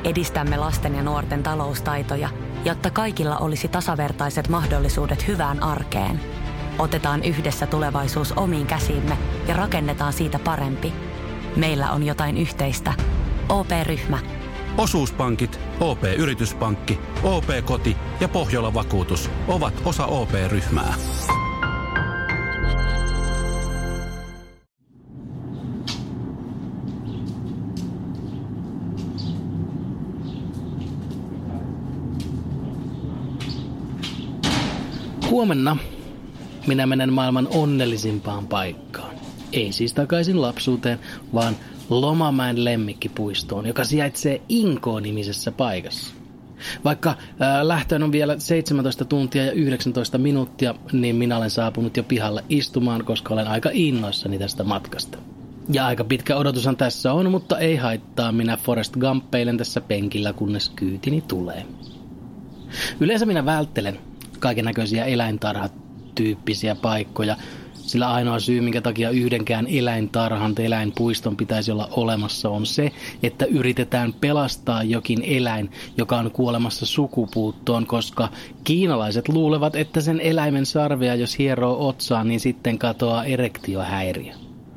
Edistämme lasten ja nuorten taloustaitoja, jotta kaikilla olisi tasavertaiset mahdollisuudet hyvään arkeen. Otetaan yhdessä tulevaisuus omiin käsiimme ja rakennetaan siitä parempi. Meillä on jotain yhteistä. OP-ryhmä. Osuuspankit, OP-yrityspankki, OP-koti ja Pohjola-vakuutus ovat osa OP-ryhmää. Huomenna minä menen maailman onnellisimpaan paikkaan. Ei siis takaisin lapsuuteen, vaan Lomamäen lemmikkipuistoon, joka sijaitsee Inkoo-nimisessä paikassa. Vaikka lähtöön on vielä 17 tuntia ja 19 minuuttia, niin minä olen saapunut jo pihalle istumaan, koska olen aika innoissani tästä matkasta. Ja aika pitkä odotushan tässä on, mutta ei haittaa, minä Forrest Gumpeilen tässä penkillä, kunnes kyytini tulee. Yleensä minä välttelen kaiken näköisiä eläintarhatyyppisiä paikkoja, sillä ainoa syy, minkä takia yhdenkään eläintarhan tai eläinpuiston pitäisi olla olemassa, on se, että yritetään pelastaa jokin eläin, joka on kuolemassa sukupuuttoon, koska kiinalaiset luulevat, että sen eläimen sarvea, jos hieroo otsaan, niin sitten katoaa erektiohäiriö.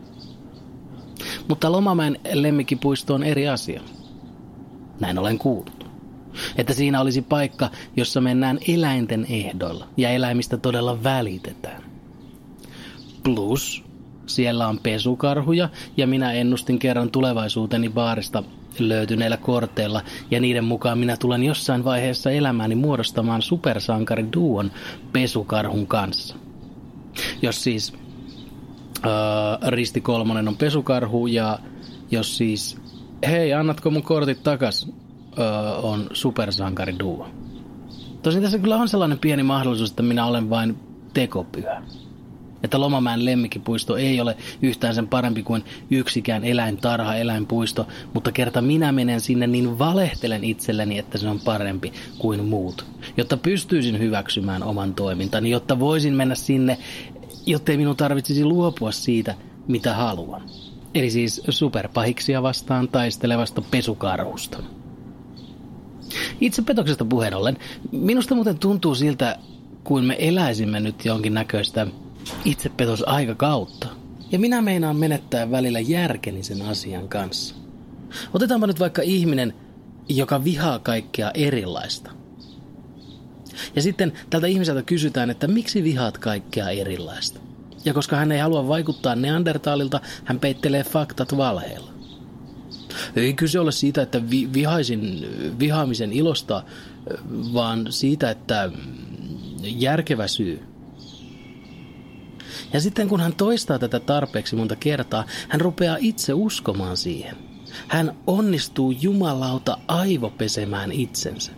Mutta Lomamäen lemmikkipuisto on eri asia. Näin olen kuullut. Että siinä olisi paikka, jossa mennään eläinten ehdoilla ja eläimistä todella välitetään. Plus, siellä on pesukarhuja ja minä ennustin kerran tulevaisuuteni baarista löytyneillä korteilla ja niiden mukaan minä tulen jossain vaiheessa elämääni muodostamaan supersankariduon pesukarhun kanssa. Jos siis Risti Kolmonen on pesukarhu ja jos siis hei, annatko mun kortit takas, on supersankariduo. Tosin tässä kyllä on sellainen pieni mahdollisuus, että minä olen vain tekopyhä. Että Lomamäen lemmikkipuisto ei ole yhtään sen parempi kuin yksikään eläintarha, eläinpuisto, mutta kerta minä menen sinne, niin valehtelen itselleni, että se on parempi kuin muut. Jotta pystyisin hyväksymään oman toimintani, jotta voisin mennä sinne, jottei minun tarvitsisi luopua siitä, mitä haluan. Eli siis superpahiksia vastaan taistelevasta pesukarhusta. Itse petoksesta puheen ollen, minusta muuten tuntuu siltä, kuin me eläisimme nyt jonkin näköistä itsepetosaikakautta. Ja minä meinaan menettää välillä järkeni sen asian kanssa. Otetaanpa nyt vaikka ihminen, joka vihaa kaikkea erilaista. Ja sitten tältä ihmiseltä kysytään, että miksi vihaat kaikkea erilaista? Ja koska hän ei halua vaikuttaa neandertaalilta, hän peittelee faktat valheella. Ei kyse ole siitä, että vihaisin vihaamisen ilosta, vaan siitä, että järkevä syy. Ja sitten kun hän toistaa tätä tarpeeksi monta kertaa, hän rupeaa itse uskomaan siihen. Hän onnistuu jumalauta aivopesemään itsensä.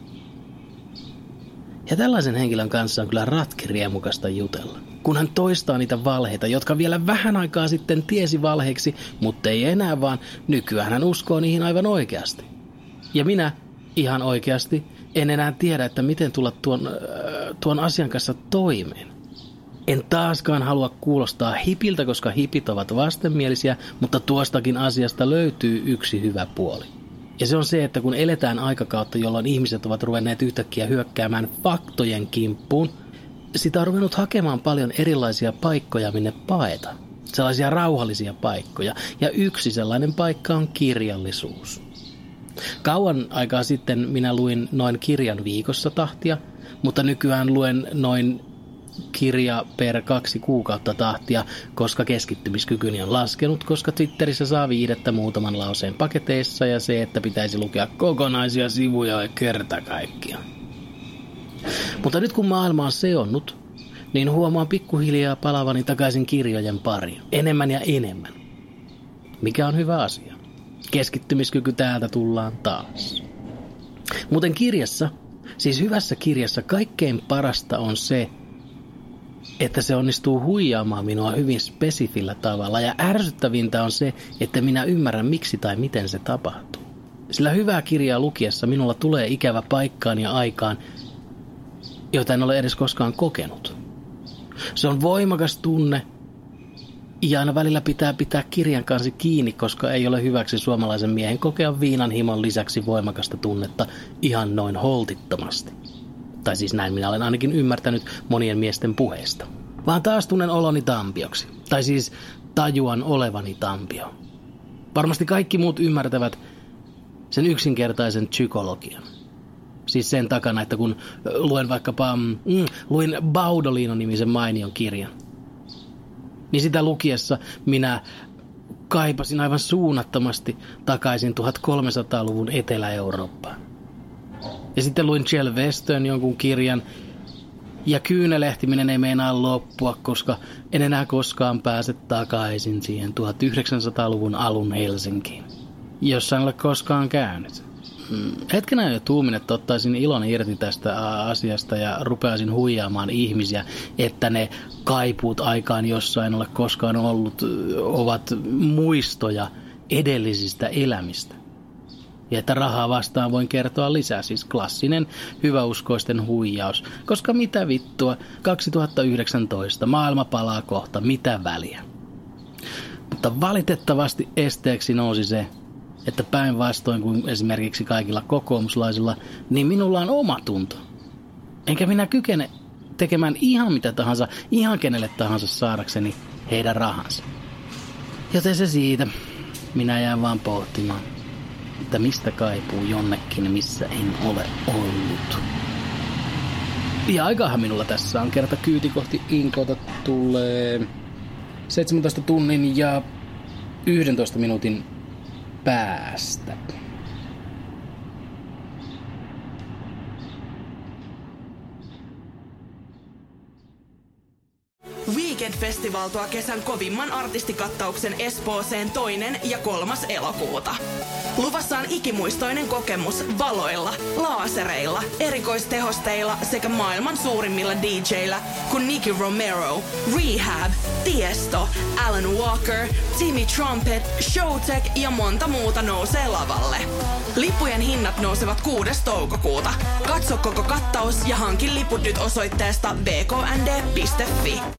Ja tällaisen henkilön kanssa on kyllä ratkiriemukasta jutella. Kun hän toistaa niitä valheita, jotka vielä vähän aikaa sitten tiesi valheiksi, mutta ei enää, vaan nykyään hän uskoo niihin aivan oikeasti. Ja minä ihan oikeasti en enää tiedä, että miten tulla tuon asian kanssa toimeen. En taaskaan halua kuulostaa hipiltä, koska hipit ovat vastenmielisiä, mutta tuostakin asiasta löytyy yksi hyvä puoli. Ja se on se, että kun eletään aikakautta, jolloin ihmiset ovat ruvenneet yhtäkkiä hyökkäämään faktojen kimppuun, sitä on ruvennut hakemaan paljon erilaisia paikkoja, minne paeta. Sellaisia rauhallisia paikkoja. Ja yksi sellainen paikka on kirjallisuus. Kauan aikaa sitten minä luin noin kirjan viikossa tahtia, mutta nykyään luen noin kirja per 2 kuukautta tahtia, koska keskittymiskykyni on laskenut, koska Twitterissä saa viihdettä muutaman lauseen paketeissa ja se, että pitäisi lukea kokonaisia sivuja ja kerta kaikkiaan. Mutta nyt kun maailma on seonnut, niin huomaan pikkuhiljaa palavani takaisin kirjojen pariin. Enemmän ja enemmän. Mikä on hyvä asia. Keskittymiskyky täältä tullaan taas. Muuten kirjassa, siis hyvässä kirjassa, kaikkein parasta on se, että se onnistuu huijaamaan minua hyvin spesifillä tavalla. Ja ärsyttävintä on se, että minä ymmärrän miksi tai miten se tapahtuu. Sillä hyvää kirjaa lukiessa minulla tulee ikävä paikkaan ja aikaan, jota en ole edes koskaan kokenut. Se on voimakas tunne, Ja aina välillä pitää kirjan kansi kiinni, koska ei ole hyväksi suomalaisen miehen kokea viinan himon lisäksi voimakasta tunnetta ihan noin holtittomasti. Tai siis näin minä olen ainakin ymmärtänyt monien miesten puheista. Vaan taas tunnen oloni tampioksi. Tai siis tajuan olevani tampio. Varmasti kaikki muut ymmärtävät sen yksinkertaisen psykologian. Siis sen takana, että kun luen vaikkapa luin Baudolino-nimisen mainion kirjan, niin sitä lukiessa minä kaipasin aivan suunnattomasti takaisin 1300-luvun Etelä-Eurooppaan. Ja sitten luin Jill Western jonkun kirjan, ja kyynelehtiminen ei meinaa loppua, koska en enää koskaan pääse takaisin siihen 1900-luvun alun Helsinkiin, jossa en ole koskaan käynyt. Hetkenä jo tuumin, että ottaisin ilon irti tästä asiasta ja rupeaisin huijaamaan ihmisiä, että ne kaipuut aikaan, jossa en ole koskaan ollut, ovat muistoja edellisistä elämistä. Ja että rahaa vastaan voin kertoa lisää, siis klassinen hyväuskoisten huijaus. Koska mitä vittua, 2019, maailma palaa kohta, mitä väliä. Mutta valitettavasti esteeksi nousi se, että päinvastoin kuin esimerkiksi kaikilla kokoomuslaisilla, niin minulla on omatunto. Enkä minä kykene tekemään ihan mitä tahansa, ihan kenelle tahansa saadakseni heidän rahansa. Joten se siitä. Minä jään vaan pohtimaan, että mistä kaipuu jonnekin, missä en ole ollut. Ja aikaahan minulla tässä on. Kerta kyyti kohti Inkota tulee 17 tunnin ja 11 minuutin päästä. Weekend Festival tuo kesän kovimman artistikattauksen Espooseen 2. ja 3. elokuuta. Luvassa on ikimuistoinen kokemus valoilla, laasereilla, erikoistehosteilla sekä maailman suurimmilla DJillä kuin Nicky Romero, Rehab, Tiesto, Alan Walker, Timmy Trumpet, Showtek ja monta muuta nousee lavalle. Lippujen hinnat nousevat 6. toukokuuta. Katso koko kattaus ja hankin liput nyt osoitteesta wknd.fi.